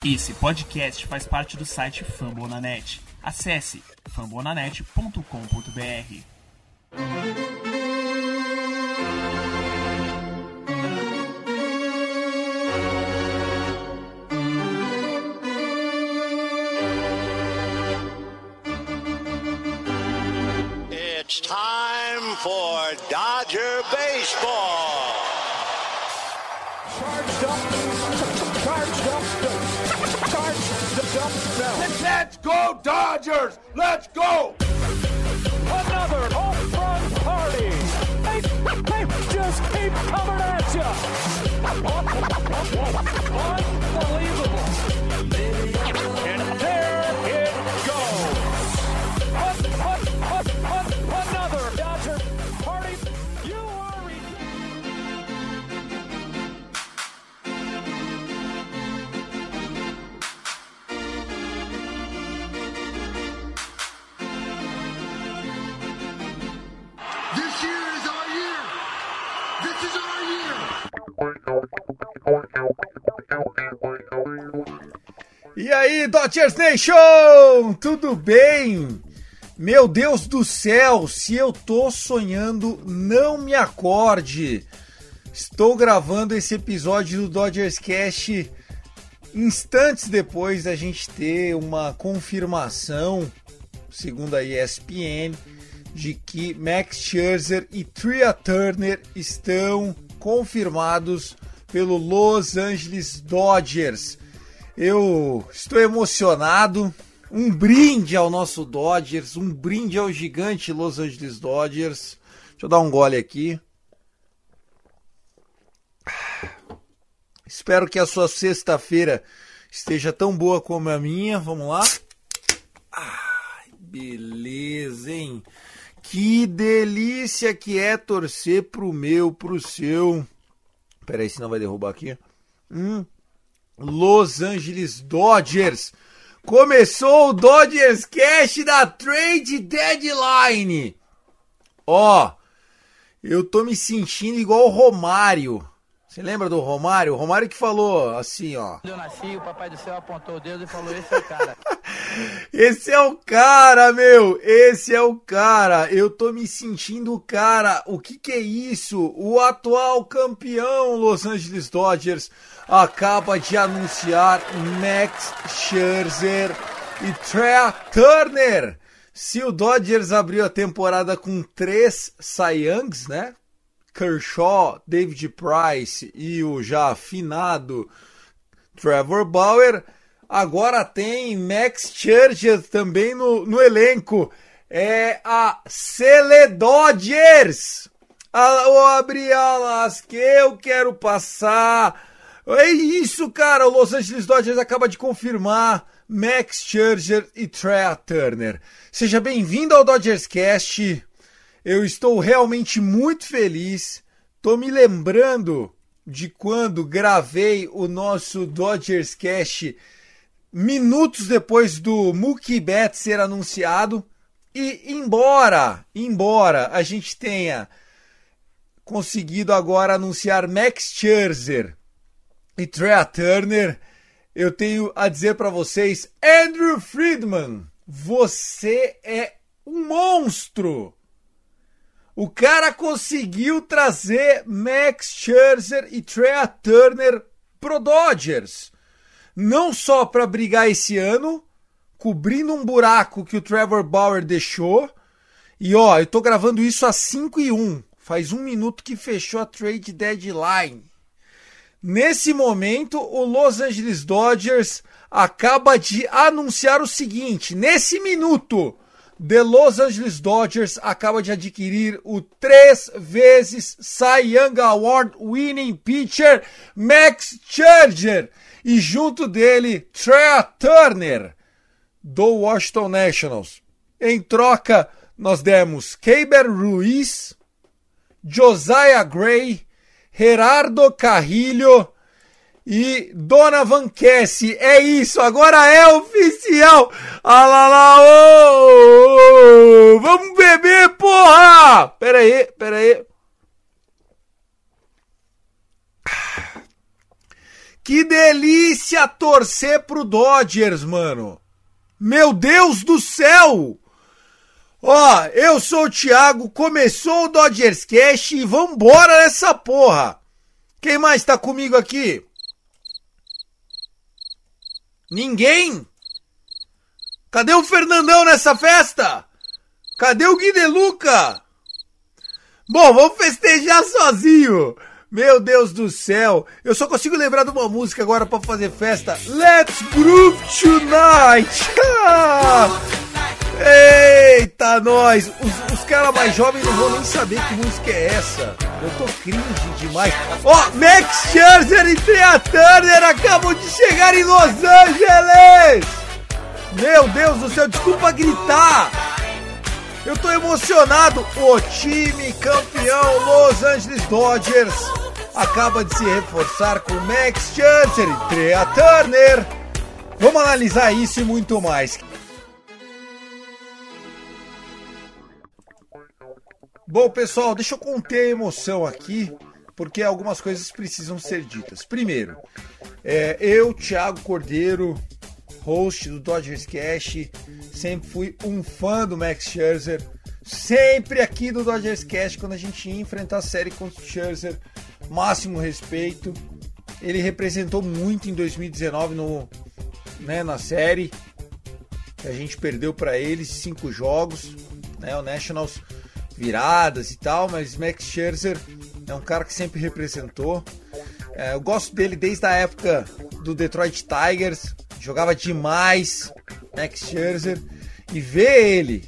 Esse podcast faz parte do site Fambonanet. Acesse fambonanet.com.br. It's time for Dodger Baseball. Charged up. Let's go, Dodgers! Let's go! Another home run party! They just keep coming at you! Unbelievable! And there it goes! Another Dodger party! You are This year is our year. This is our year. E aí, Dodgers Nation, tudo bem? Meu Deus do céu, se eu tô sonhando, não me acorde. Estou gravando esse episódio do Dodgers Cast instantes depois da gente ter uma confirmação, segundo a ESPN, de que Max Scherzer e Trea Turner estão confirmados pelo Los Angeles Dodgers. Eu estou emocionado. Um brinde ao nosso Dodgers, um brinde ao gigante Los Angeles Dodgers. Deixa eu dar um gole aqui. Espero que a sua sexta-feira esteja tão boa como a minha. Vamos lá. Ai, beleza, hein? Que delícia que é torcer pro meu, pro seu. Pera aí, senão vai derrubar aqui. Los Angeles Dodgers. Começou o Dodgers Cast da Trade Deadline. Ó, eu tô me sentindo igual o Romário. Você lembra do Romário? O Romário que falou assim, ó. Quando eu nasci, o papai do céu apontou o dedo e falou, esse é o cara. Esse é o cara, meu. Esse é o cara. Eu tô me sentindo o cara. O que é isso? O atual campeão Los Angeles Dodgers acaba de anunciar Max Scherzer e Trea Turner. Se o Dodgers abriu a temporada com 3 Cy Youngs, né? Kershaw, David Price e o já afinado Trevor Bauer, agora tem Max Scherzer também no elenco. É a Cele Dodgers. Eu abri alas que eu quero passar. É isso, cara. O Los Angeles Dodgers acaba de confirmar Max Scherzer e Trea Turner. Seja bem-vindo ao Dodgers Cast. Eu estou realmente muito feliz. Tô me lembrando de quando gravei o nosso Dodgers Cast minutos depois do Mookie Betts ser anunciado. E embora a gente tenha conseguido agora anunciar Max Scherzer e Trea Turner, eu tenho a dizer para vocês, Andrew Friedman, você é um monstro! O cara conseguiu trazer Max Scherzer e Trea Turner pro Dodgers. Não só para brigar esse ano, cobrindo um buraco que o Trevor Bauer deixou. E ó, eu tô gravando isso às 5:01. Faz 1 minuto que fechou a trade deadline. Nesse momento, o Los Angeles Dodgers acaba de anunciar o seguinte. Nesse minuto, The Los Angeles Dodgers acaba de adquirir o 3 vezes Cy Young Award winning pitcher Max Scherzer e junto dele Trea Turner do Washington Nationals. Em troca, nós demos Keibert Ruiz, Josiah Gray, Gerardo Carrillo e Donovan Cassie. É isso, agora é oficial. Ah lá, vamos beber, porra! Pera aí. Que delícia torcer pro Dodgers, mano. Meu Deus do céu. Ó, eu sou o Thiago, começou o Dodgers Cast e vambora nessa porra. Quem mais tá comigo aqui? Ninguém? Cadê o Fernandão nessa festa? Cadê o Gui De Luca? Bom, vamos festejar sozinho. Meu Deus do céu. Eu só consigo lembrar de uma música agora pra fazer festa. Let's Groove Tonight. Eita, nós. Os caras mais jovens não vão nem saber que música é essa. Eu tô cringe demais. Ó, Max Scherzer e Trea Turner acabam de chegar em Los Angeles. Meu Deus do céu, desculpa gritar. Eu tô emocionado. O time campeão Los Angeles Dodgers acaba de se reforçar com Max Scherzer e Trea Turner. Vamos analisar isso e muito mais. Bom, pessoal, deixa eu conter a emoção aqui, porque algumas coisas precisam ser ditas. Primeiro, eu, Thiago Cordeiro, host do Dodgers Cast, sempre fui um fã do Max Scherzer, sempre aqui do Dodgers Cast, quando a gente ia enfrentar a série contra o Scherzer, máximo respeito. Ele representou muito em 2019 na série, a gente perdeu para eles 5 jogos, né, o Nationals, viradas e tal, mas Max Scherzer é um cara que sempre representou. Eu gosto dele desde a época do Detroit Tigers, jogava demais Max Scherzer, e ver ele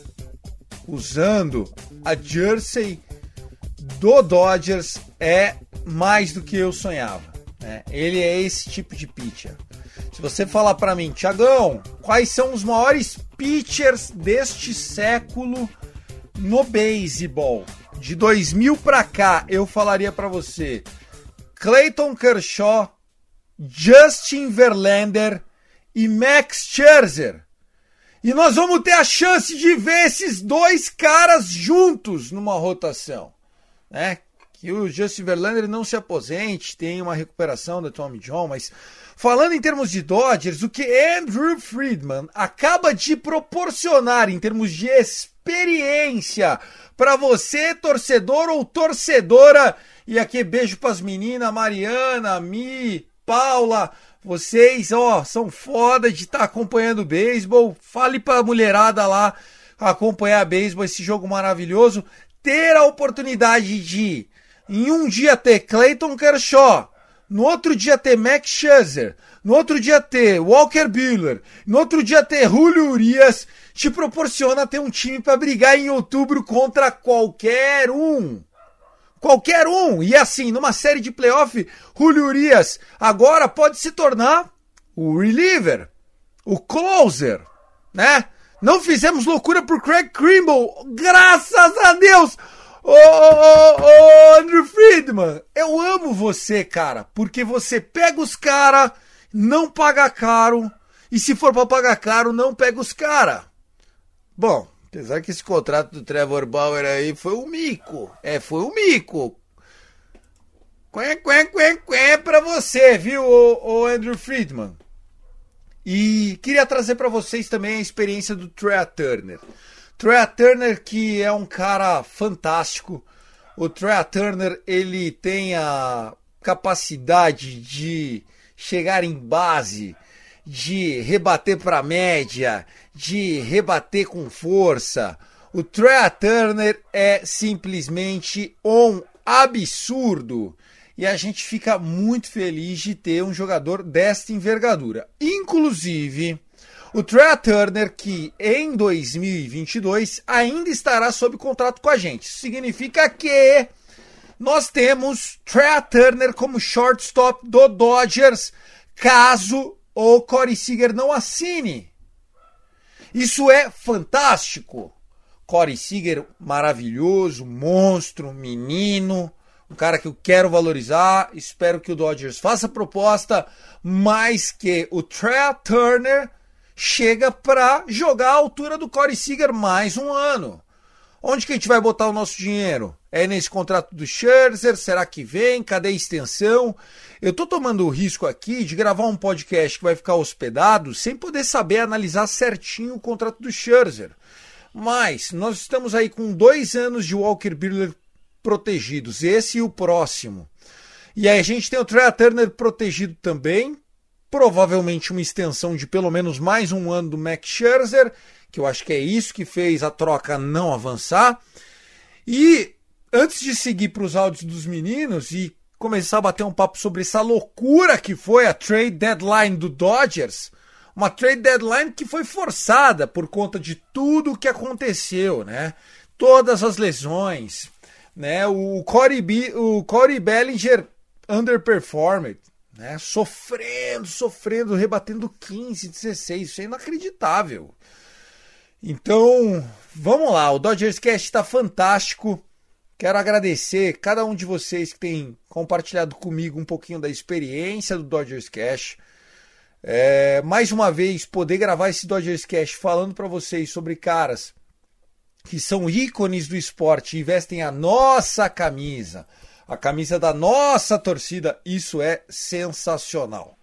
usando a jersey do Dodgers é mais do que eu sonhava, né? Ele é esse tipo de pitcher. Se você falar para mim, Thiagão, quais são os maiores pitchers deste século no beisebol, de 2000 pra cá, eu falaria pra você Clayton Kershaw, Justin Verlander e Max Scherzer. E nós vamos ter a chance de ver esses dois caras juntos numa rotação, né? Que o Justin Verlander não se aposente, tem uma recuperação da Tommy John, mas falando em termos de Dodgers, o que Andrew Friedman acaba de proporcionar em termos de experiência para você, torcedor ou torcedora, e aqui beijo para as meninas, Mariana, Mi, Paula, vocês, ó, são foda de estar acompanhando o beisebol. Fale para a mulherada lá acompanhar beisebol, esse jogo maravilhoso. Ter a oportunidade de, em um dia, ter Clayton Kershaw, no outro dia ter Max Scherzer, no outro dia ter Walker Buehler, no outro dia ter Julio Urias, te proporciona ter um time para brigar em outubro contra qualquer um. Qualquer um. E assim, numa série de playoff, Julio Urias agora pode se tornar o reliever, o closer, né? Não fizemos loucura por Craig Kimbrel, graças a Deus. Ô, Andrew Friedman, eu amo você, cara, porque você pega os caras, não paga caro, e se for pra pagar caro, não pega os caras. Bom, apesar que esse contrato do Trevor Bauer aí foi um mico. Foi um mico. Quém pra você, viu, ô Andrew Friedman? E queria trazer pra vocês também a experiência do Trea Turner. Trea Turner, que é um cara fantástico. O Trea Turner, ele tem a capacidade de chegar em base, de rebater para média, de rebater com força. O Trea Turner é simplesmente um absurdo. E a gente fica muito feliz de ter um jogador desta envergadura. Inclusive, o Trea Turner, que em 2022 ainda estará sob contrato com a gente. Isso significa que nós temos Trea Turner como shortstop do Dodgers, caso o Corey Seager não assine. Isso é fantástico. Corey Seager, maravilhoso, monstro, menino, um cara que eu quero valorizar. Espero que o Dodgers faça proposta, mas que o Trea Turner chega para jogar à altura do Corey Seager mais um ano. Onde que a gente vai botar o nosso dinheiro? É nesse contrato do Scherzer? Será que vem? Cadê a extensão? Eu tô tomando o risco aqui de gravar um podcast que vai ficar hospedado sem poder saber analisar certinho o contrato do Scherzer. Mas nós estamos aí com 2 anos de Walker Buehler protegidos, esse e o próximo. E aí a gente tem o Trea Turner protegido também, provavelmente uma extensão de pelo menos mais 1 ano do Max Scherzer, que eu acho que é isso que fez a troca não avançar. E antes de seguir para os áudios dos meninos e começar a bater um papo sobre essa loucura que foi a trade deadline do Dodgers, uma trade deadline que foi forçada por conta de tudo o que aconteceu, né? Todas as lesões, né? O Corey Bellinger underperformed, né? Sofrendo, rebatendo 15, 16, isso é inacreditável. Então, vamos lá, o Dodgers Cast está fantástico. Quero agradecer cada um de vocês que tem compartilhado comigo um pouquinho da experiência do Dodgers Cast. Mais uma vez, poder gravar esse Dodgers Cast falando para vocês sobre caras que são ícones do esporte e vestem a nossa camisa, a camisa da nossa torcida, isso é sensacional.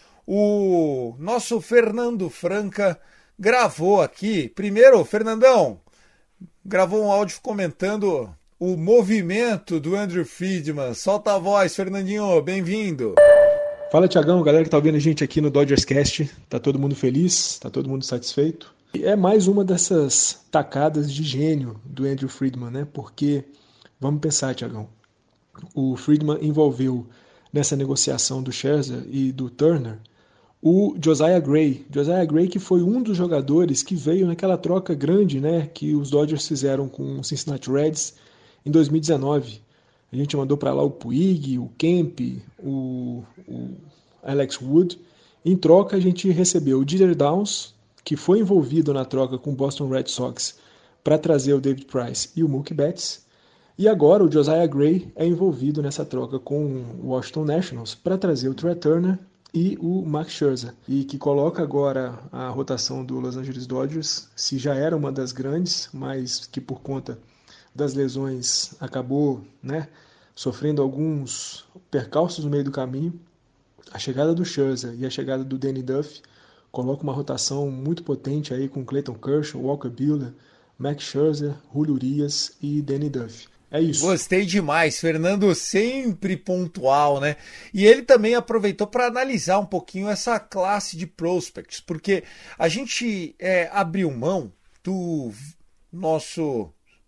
O nosso Fernando Franca gravou aqui, primeiro, Fernandão, gravou um áudio comentando o movimento do Andrew Friedman. Solta a voz, Fernandinho, bem-vindo. Fala, Thiagão, galera que tá ouvindo a gente aqui no Dodgers Cast. Tá todo mundo feliz, tá todo mundo satisfeito. E é mais uma dessas tacadas de gênio do Andrew Friedman, né? Porque, vamos pensar, Thiagão, o Friedman envolveu nessa negociação do Scherzer e do Turner o Josiah Gray. Josiah Gray, que foi um dos jogadores que veio naquela troca grande, né, que os Dodgers fizeram com o Cincinnati Reds em 2019. A gente mandou para lá o Puig, o Kemp, o Alex Wood. Em troca, a gente recebeu o Jeter Downs, que foi envolvido na troca com o Boston Red Sox para trazer o David Price e o Mookie Betts. E agora o Josiah Gray é envolvido nessa troca com o Washington Nationals para trazer o Trea Turner e o Max Scherzer, e que coloca agora a rotação do Los Angeles Dodgers, se já era uma das grandes, mas que por conta das lesões acabou, né, sofrendo alguns percalços no meio do caminho. A chegada do Scherzer e a chegada do Danny Duffy coloca uma rotação muito potente aí com Clayton Kershaw, Walker Buehler, Max Scherzer, Julio Urias e Danny Duffy. É isso. Gostei demais, Fernando sempre pontual, né? E ele também aproveitou para analisar um pouquinho essa classe de prospects, porque a gente abriu mão do nosso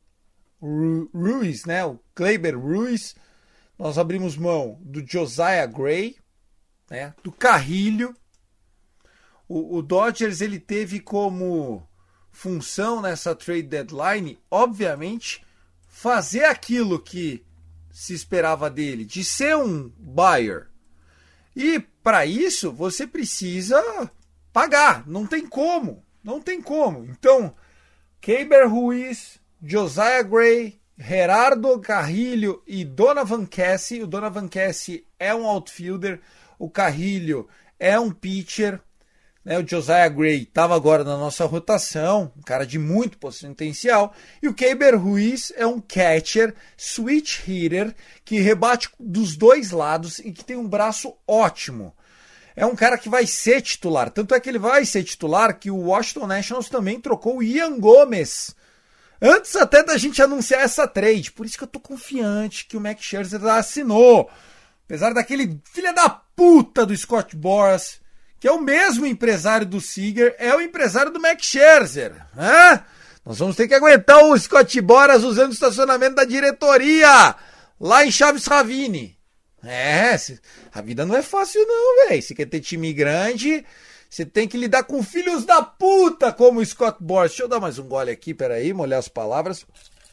Ruiz, né? O Gleyber Ruiz. Nós abrimos mão do Josiah Gray, né? Do Carrillo. O Dodgers ele teve como função nessa trade deadline, obviamente, fazer aquilo que se esperava dele, de ser um buyer. E para isso você precisa pagar, não tem como. Então, Keibert Ruiz, Josiah Gray, Gerardo Carrillo e Donovan Cassie. O Donovan Cassie é um outfielder, o Carrillo é um pitcher. O Josiah Gray estava agora na nossa rotação, um cara de muito potencial. E o Keibert Ruiz é um catcher, switch hitter, que rebate dos dois lados e que tem um braço ótimo. É um cara que vai ser titular. Tanto é que ele vai ser titular que o Washington Nationals também trocou o Ian Gomes. Antes até da gente anunciar essa trade. Por isso que eu tô confiante que o Max Scherzer assinou. Apesar daquele filho da puta do Scott Boras, que é o mesmo empresário do Seager, é o empresário do Max Scherzer. Né? Nós vamos ter que aguentar o Scott Boras usando o estacionamento da diretoria, lá em Chaves Ravine. A vida não é fácil não, velho. Você quer ter time grande, você tem que lidar com filhos da puta como o Scott Boras. Deixa eu dar mais um gole aqui, peraí, molhar as palavras.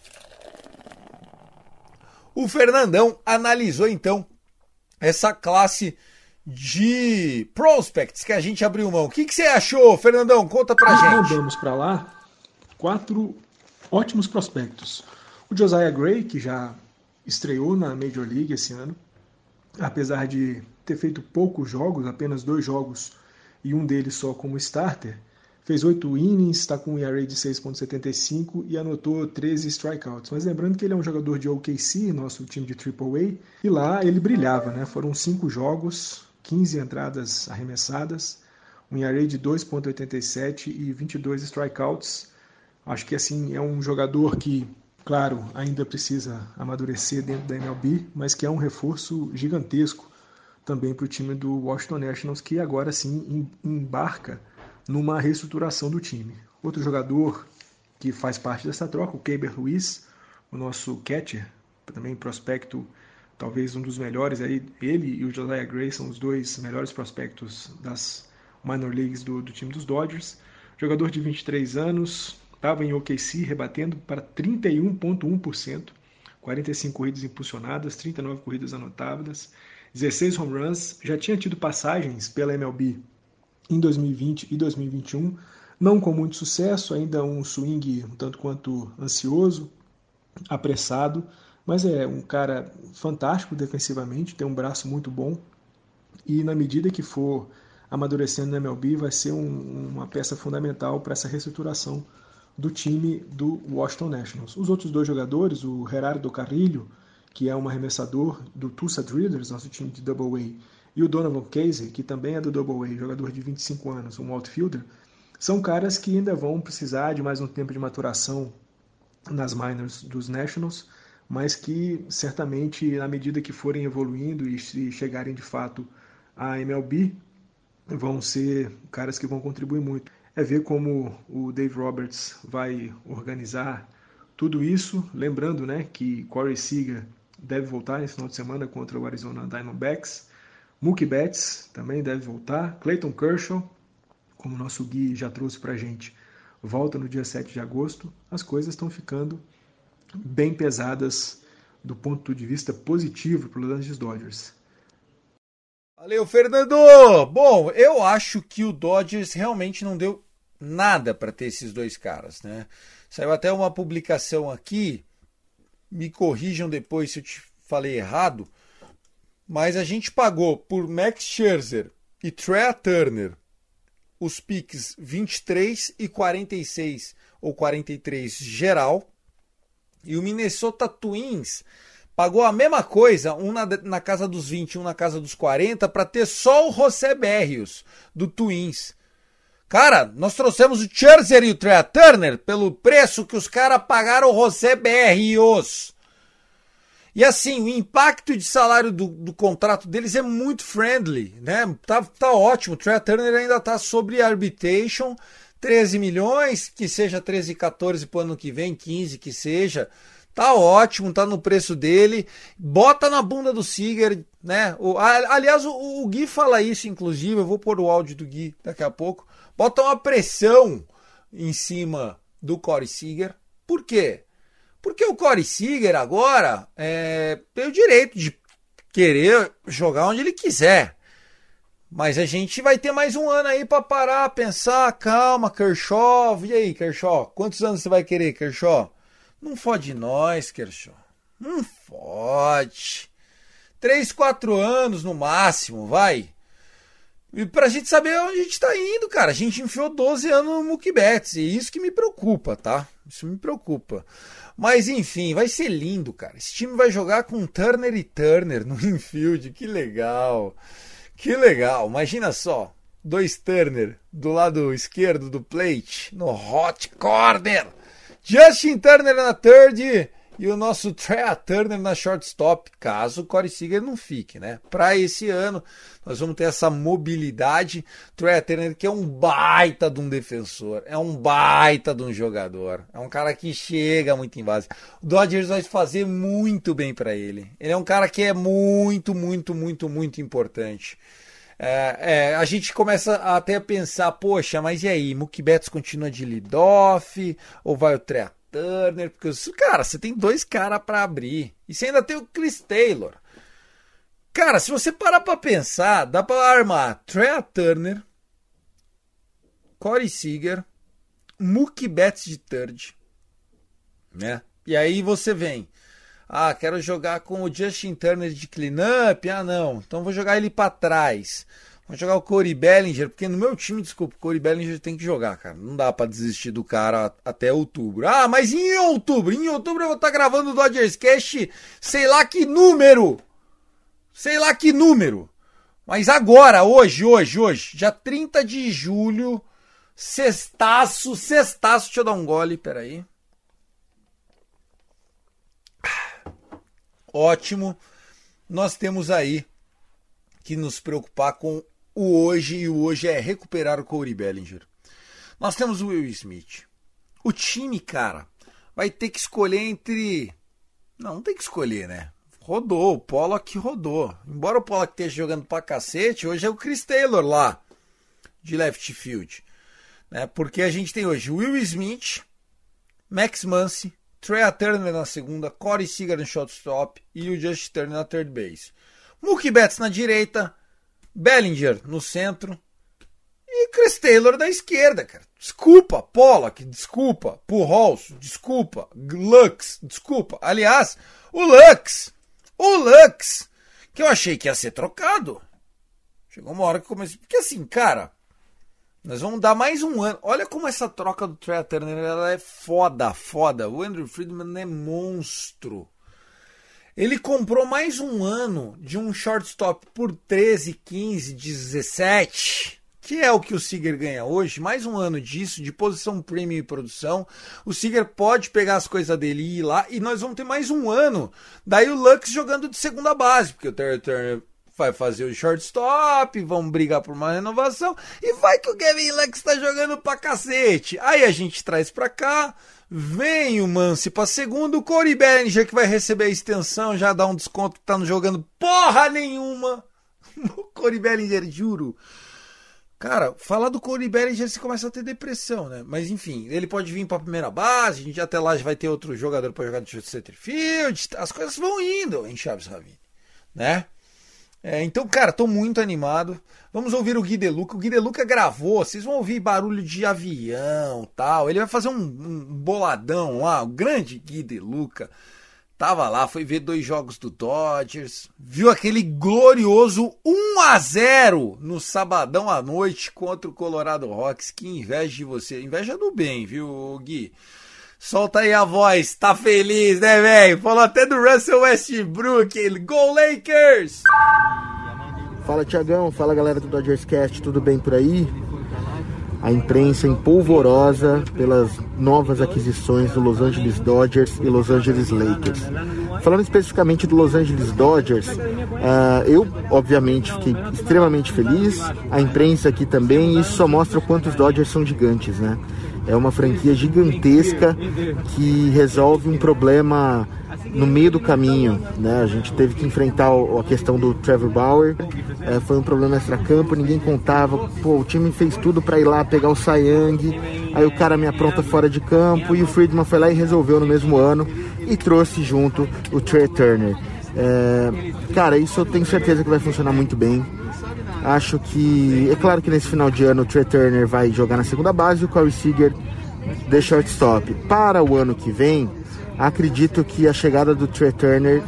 O Fernandão analisou então essa classe de prospects que a gente abriu mão. O que você achou, Fernandão? Conta pra gente. Mandamos para lá 4 ótimos prospectos. O Josiah Gray, que já estreou na Major League esse ano, apesar de ter feito poucos jogos, apenas 2 jogos e um deles só como starter, Fez 8 innings, está com um ERA de 6.75 e anotou 13 strikeouts. Mas lembrando que ele é um jogador de OKC, nosso time de AAA, e lá ele brilhava, né? Foram 5 jogos, 15 entradas arremessadas, um ERA de 2.87 e 22 strikeouts. Acho que assim é um jogador que, claro, ainda precisa amadurecer dentro da MLB, mas que é um reforço gigantesco também para o time do Washington Nationals, que agora sim embarca numa reestruturação do time. Outro jogador que faz parte dessa troca, o Keibert Ruiz, o nosso catcher, também prospecto, talvez um dos melhores, aí, ele e o Josiah Gray são os dois melhores prospectos das minor leagues do time dos Dodgers. Jogador de 23 anos, estava em OKC rebatendo para 31,1%, 45 corridas impulsionadas, 39 corridas anotadas, 16 home runs, já tinha tido passagens pela MLB em 2020 e 2021, não com muito sucesso, ainda um swing um tanto quanto ansioso, apressado, mas é um cara fantástico defensivamente, tem um braço muito bom e na medida que for amadurecendo na MLB vai ser uma peça fundamental para essa reestruturação do time do Washington Nationals. Os outros dois jogadores, o Gerardo Carrillo, que é um arremessador do Tulsa Drillers, nosso time de Double-A, e o Donovan Casey, que também é do Double-A, jogador de 25 anos, um outfielder, são caras que ainda vão precisar de mais um tempo de maturação nas minors dos Nationals, mas que certamente, na medida que forem evoluindo e se chegarem de fato à MLB, vão ser caras que vão contribuir muito. É ver como o Dave Roberts vai organizar tudo isso, lembrando, né, que Corey Seager deve voltar nesse final de semana contra o Arizona Diamondbacks, Mookie Betts também deve voltar, Clayton Kershaw, como o nosso Gui já trouxe pra gente, volta no dia 7 de agosto. As coisas estão ficando bem pesadas do ponto de vista positivo para os Los Angeles Dodgers. Valeu, Fernando! Bom, eu acho que o Dodgers realmente não deu nada para ter esses dois caras, né? Saiu até uma publicação aqui, me corrijam depois se eu te falei errado, mas a gente pagou por Max Scherzer e Trea Turner os picks 23 e 46 ou 43 geral, e o Minnesota Twins pagou a mesma coisa, um na casa dos 20, um na casa dos 40, para ter só o José Berrios do Twins. Cara, nós trouxemos o Scherzer e o Trea Turner pelo preço que os caras pagaram o José Berrios. E assim, o impacto de salário do contrato deles é muito friendly, né? Tá ótimo, o Trea Turner ainda tá sobre arbitration, 13 milhões, que seja 13 e 14 pro ano que vem, 15 que seja. Tá ótimo, tá no preço dele. Bota na bunda do Seager, né? Aliás, o Gui fala isso, inclusive. Eu vou pôr o áudio do Gui daqui a pouco. Bota uma pressão em cima do Corey Seager. Por quê? Porque o Corey Seager agora tem o direito de querer jogar onde ele quiser. Mas a gente vai ter mais um ano aí para parar, pensar. Calma, Kershaw. E aí, Kershaw? Quantos anos você vai querer, Kershaw? Não fode nós, Kershaw. Não fode. 3, 4 anos no máximo, vai. E pra gente saber onde a gente tá indo, cara. A gente enfiou 12 anos no Mookie Betts. E isso que me preocupa, tá? Isso me preocupa. Mas enfim, vai ser lindo, cara. Esse time vai jogar com Turner e Turner no infield. Que legal. Que legal. Imagina só. 2 Turner do lado esquerdo do plate. No hot corner. Justin Turner na third e o nosso Trea Turner na shortstop, caso o Corey Seager não fique, né? Para esse ano, nós vamos ter essa mobilidade. Trea Turner, que é um baita de um defensor, é um baita de um jogador, é um cara que chega muito em base. O Dodgers vai fazer muito bem para ele. Ele é um cara que é muito, muito, muito, muito importante. A gente começa até a pensar, poxa, mas e aí, Mookie Betts continua de lead-off, ou vai o Trea Turner? Porque, cara, você tem 2 caras para abrir, e você ainda tem o Chris Taylor. Cara, se você parar para pensar, dá para armar Trea Turner, Corey Seager, Mookie Betts de third, né? E aí você vem, quero jogar com o Justin Turner de cleanup. Não, então vou jogar ele para trás. Vou jogar o Cody Bellinger, porque no meu time, desculpa, o Cody Bellinger tem que jogar, cara. Não dá pra desistir do cara até outubro. Ah, mas em outubro eu vou estar gravando o Dodgers Cast, sei lá que número. Mas agora, hoje, dia 30 de julho, sextaço, deixa eu dar um gole, peraí. Ótimo, nós temos aí que nos preocupar com o hoje, e o hoje é recuperar o Cody Bellinger. Nós temos o Will Smith. O time, cara, vai ter que escolher entre... Não tem que escolher, né? Rodou, o Pollock rodou. Embora o Pollock esteja jogando pra cacete, hoje é o Chris Taylor lá, de left field. Né? Porque a gente tem hoje o Will Smith, Max Muncy, Trea Turner na segunda, Corey Seager no shortstop e o Justin Turner na third base. Mookie Betts na direita, Bellinger no centro e Chris Taylor da esquerda, cara. Desculpa, Pollock, desculpa, Pujols, desculpa, Lux, desculpa. Aliás, o Lux, que eu achei que ia ser trocado. Chegou uma hora que comecei... Porque assim, cara, nós vamos dar mais um ano. Olha como essa troca do Trea Turner, ela é foda. O Andrew Friedman é monstro. Ele comprou mais um ano de um shortstop por 13, 15, 17, que é o que o Seager ganha hoje. Mais um ano disso, de posição premium e produção. O Seager pode pegar as coisas dele e ir lá, e nós vamos ter mais um ano. Daí o Lux jogando de segunda base, porque o Turner vai fazer o shortstop, vamos brigar por uma renovação, e vai que o Gavin Lux tá jogando pra cacete. Aí a gente traz pra cá, vem o Muncy pra segunda, o Cody Bellinger que vai receber a extensão, já dá um desconto que tá não jogando porra nenhuma. O Cody Bellinger, juro. Cara, falar do Cody Bellinger você começa a ter depressão, né? Mas enfim, ele pode vir pra primeira base, a gente até lá já vai ter outro jogador pra jogar de center field, as coisas vão indo em Chaves Ravine, né? Então, cara, tô muito animado. Vamos ouvir o Gui De Luca. O Gui De Luca gravou, vocês vão ouvir barulho de avião, tal. Ele vai fazer um boladão lá, o grande Gui De Luca. Tava lá, foi ver 2 jogos do Dodgers, viu aquele glorioso 1-0 no sabadão à noite contra o Colorado Rockies. Que inveja de você, inveja do bem, viu, Gui? Solta aí a voz, tá feliz, né, velho? Falou até do Russell Westbrook, Go Lakers! Fala, Tiagão, fala galera do Dodgers Cast, tudo bem por aí? A imprensa empolvorosa pelas novas aquisições do Los Angeles Dodgers e Los Angeles Lakers. Falando especificamente do Los Angeles Dodgers, eu obviamente fiquei extremamente feliz, a imprensa aqui também, e isso só mostra o quanto os Dodgers são gigantes, né? É uma franquia gigantesca que resolve um problema no meio do caminho, né? A gente teve que enfrentar a questão do Trevor Bauer, foi um problema extracampo, ninguém contava, pô, o time fez tudo para ir lá pegar o Cy Young, aí o cara me apronta fora de campo, e o Friedman foi lá e resolveu no mesmo ano, e trouxe junto o Trea Turner. Cara, isso eu tenho certeza que vai funcionar muito bem. Acho que, é claro que nesse final de ano o Trea Turner vai jogar na segunda base e o Corey Seager de shortstop. Para o ano que vem, acredito que a chegada do Trea Turner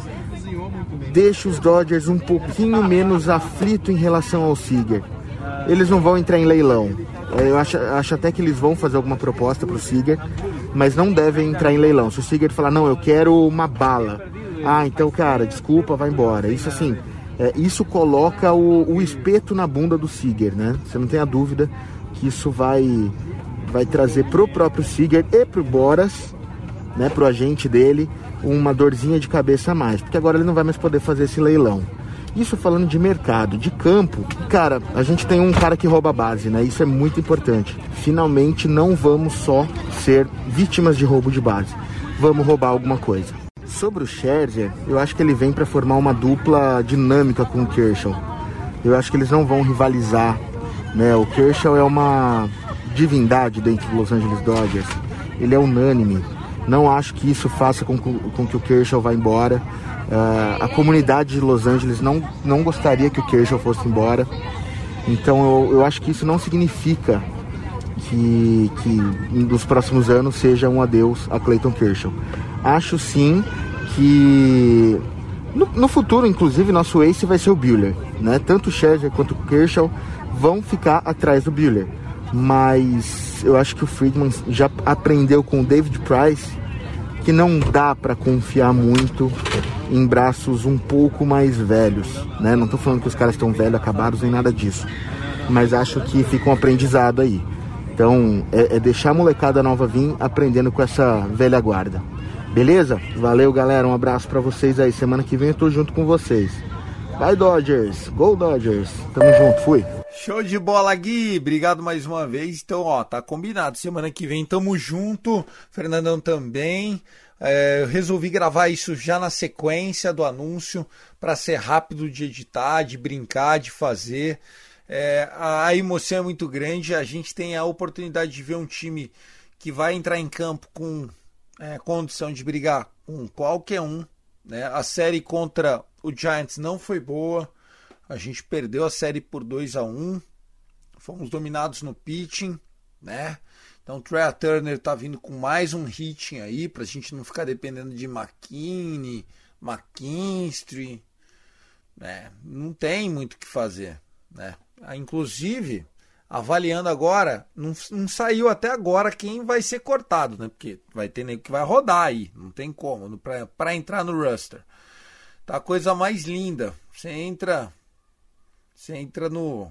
deixa os Dodgers um pouquinho menos aflito em relação ao Seager. Eles não vão entrar em leilão. Eu acho até que eles vão fazer alguma proposta para o Seager, mas não devem entrar em leilão. Se o Seager falar, não, eu quero uma bala. Ah, então, cara, desculpa, vai embora. Isso assim... isso coloca o espeto na bunda do Seager, né? Você não tem a dúvida que isso vai trazer pro próprio Seager e pro Boras, né, pro agente dele, uma dorzinha de cabeça a mais, porque agora ele não vai mais poder fazer esse leilão. Isso falando de mercado, de campo, cara, a gente tem um cara que rouba a base, né? Isso é muito importante. Finalmente não vamos só ser vítimas de roubo de base, vamos roubar alguma coisa. Sobre o Scherzer, eu acho que ele vem para formar uma dupla dinâmica com o Kershaw. Eu acho que eles não vão rivalizar, né? O Kershaw é uma divindade dentro do Los Angeles Dodgers. Ele é unânime. Não acho que isso faça com que o Kershaw vá embora. A comunidade de Los Angeles não gostaria que o Kershaw fosse embora. Então eu acho que isso não significa que nos próximos anos seja um adeus a Clayton Kershaw. Acho sim que No futuro, inclusive, nosso ace vai ser o Buehler, né? Tanto o Scherzer quanto o Kershaw vão ficar atrás do Buehler. Mas eu acho que o Friedman já aprendeu com o David Price que não dá para confiar muito em braços um pouco mais velhos, né? Não tô falando que os caras estão velhos, acabados, nem nada disso. Mas acho que fica um aprendizado aí. Então, é deixar a molecada nova vir aprendendo com essa velha guarda. Beleza? Valeu, galera. Um abraço pra vocês aí. Semana que vem eu tô junto com vocês. Vai, Dodgers! Go, Dodgers! Tamo junto, fui! Show de bola, Gui! Obrigado mais uma vez. Então, ó, tá combinado. Semana que vem tamo junto. Fernandão também. Eu resolvi gravar isso já na sequência do anúncio para ser rápido de editar, de brincar, de fazer. A emoção é muito grande. A gente tem a oportunidade de ver um time que vai entrar em campo com condição de brigar com qualquer um, né? A série contra o Giants não foi boa. A gente perdeu a série por 2-1. Fomos dominados no pitching, né? Então o Trea Turner tá vindo com mais um hitting aí, pra gente não ficar dependendo de McKinney, McKinstry, né? Não tem muito o que fazer, né? Inclusive, avaliando agora, não saiu até agora quem vai ser cortado, né? Porque vai ter nego que vai rodar aí, não tem como, para entrar no roster. Tá a coisa mais linda. Você entra no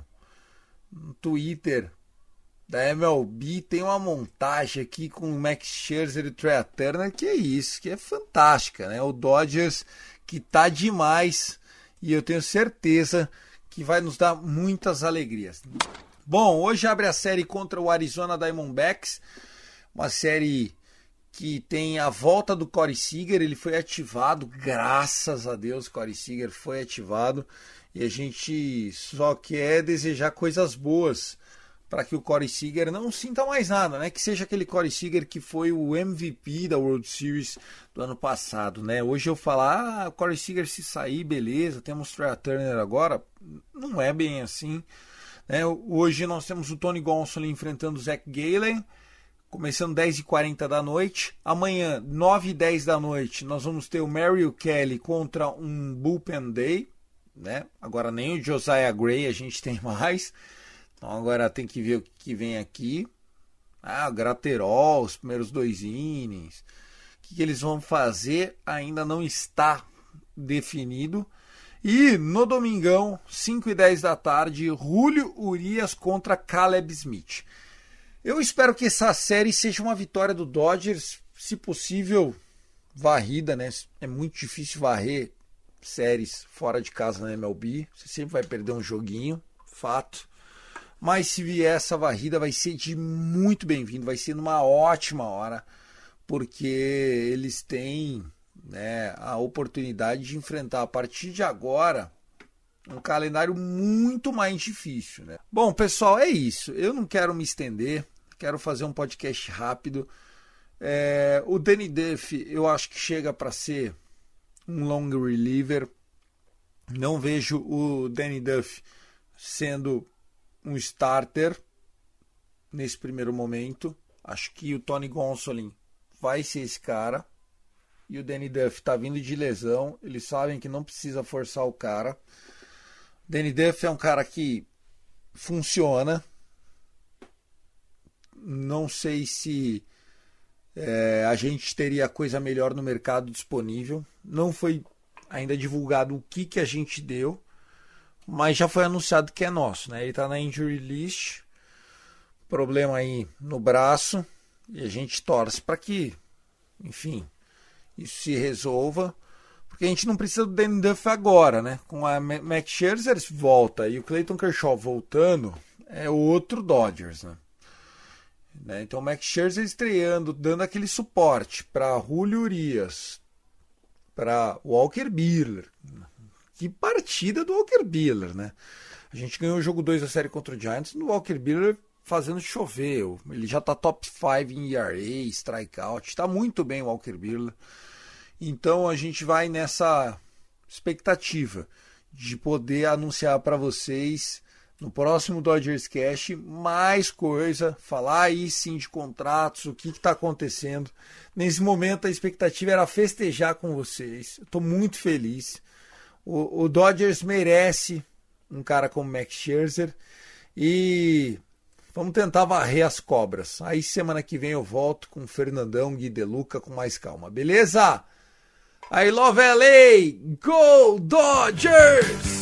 Twitter da MLB, tem uma montagem aqui com o Max Scherzer e o Trea Turner, que é isso, que é fantástica, né? O Dodgers que tá demais e eu tenho certeza que vai nos dar muitas alegrias. Bom, hoje abre a série contra o Arizona Diamondbacks, uma série que tem a volta do Corey Seager. Ele foi ativado, graças a Deus, Corey Seager foi ativado, e a gente só quer desejar coisas boas para que o Corey Seager não sinta mais nada, né? Que seja aquele Corey Seager que foi o MVP da World Series do ano passado, né? Hoje eu falar, o Corey Seager se sair, beleza, temos o Trea Turner agora, não é bem assim, né? Hoje nós temos o Tony Gonsolin enfrentando o Zach Gallen, começando 10h40 da noite. Amanhã, 9h10 da noite, nós vamos ter o Merrill Kelly contra um Bullpen Day, né? Agora nem o Josiah Gray a gente tem mais. Então agora tem que ver o que vem aqui. Graterol, os primeiros 2 innings. O que eles vão fazer ainda não está definido. E no domingão, 5h10 da tarde, Julio Urias contra Caleb Smith. Eu espero que essa série seja uma vitória do Dodgers, se possível varrida, né? É muito difícil varrer séries fora de casa na MLB. Você sempre vai perder um joguinho, fato. Mas se vier essa varrida, vai ser de muito bem-vindo, vai ser numa ótima hora, porque eles têm, né, a oportunidade de enfrentar a partir de agora um calendário muito mais difícil, né? Bom, pessoal, é isso. Eu não quero me estender, quero fazer um podcast rápido. O Danny Duff, eu acho que chega para ser um long reliever. Não vejo o Danny Duff sendo um starter nesse primeiro momento. Acho que o Tony Gonsolin vai ser esse cara. E o Danny Duff está vindo de lesão. Eles sabem que não precisa forçar o cara. Danny Duff é um cara que funciona. Não sei se a gente teria coisa melhor no mercado disponível. Não foi ainda divulgado o que a gente deu, mas já foi anunciado que é nosso, né? Ele está na injury list, problema aí no braço, e a gente torce para que, enfim, isso se resolva, porque a gente não precisa do Danny Duff agora, né? Com a Max Scherzer volta e o Clayton Kershaw voltando, é outro Dodgers, né? Então o Max Scherzer estreando, dando aquele suporte para Julio Urias, para Walker Buehler. Que partida do Walker Buehler, né? A gente ganhou o jogo 2 da série contra o Giants no Walker Buehler fazendo chover. Ele já tá top 5 em ERA, strikeout, está muito bem o Walker Buehler. Então a gente vai nessa expectativa de poder anunciar para vocês no próximo Dodgers Cast mais coisa, falar aí sim de contratos, o que está acontecendo. Nesse momento a expectativa era festejar com vocês. Estou muito feliz. O Dodgers merece um cara como Max Scherzer e vamos tentar varrer as cobras. Aí semana que vem eu volto com o Fernandão, Gui De Luca com mais calma, beleza? I love LA! Go Dodgers!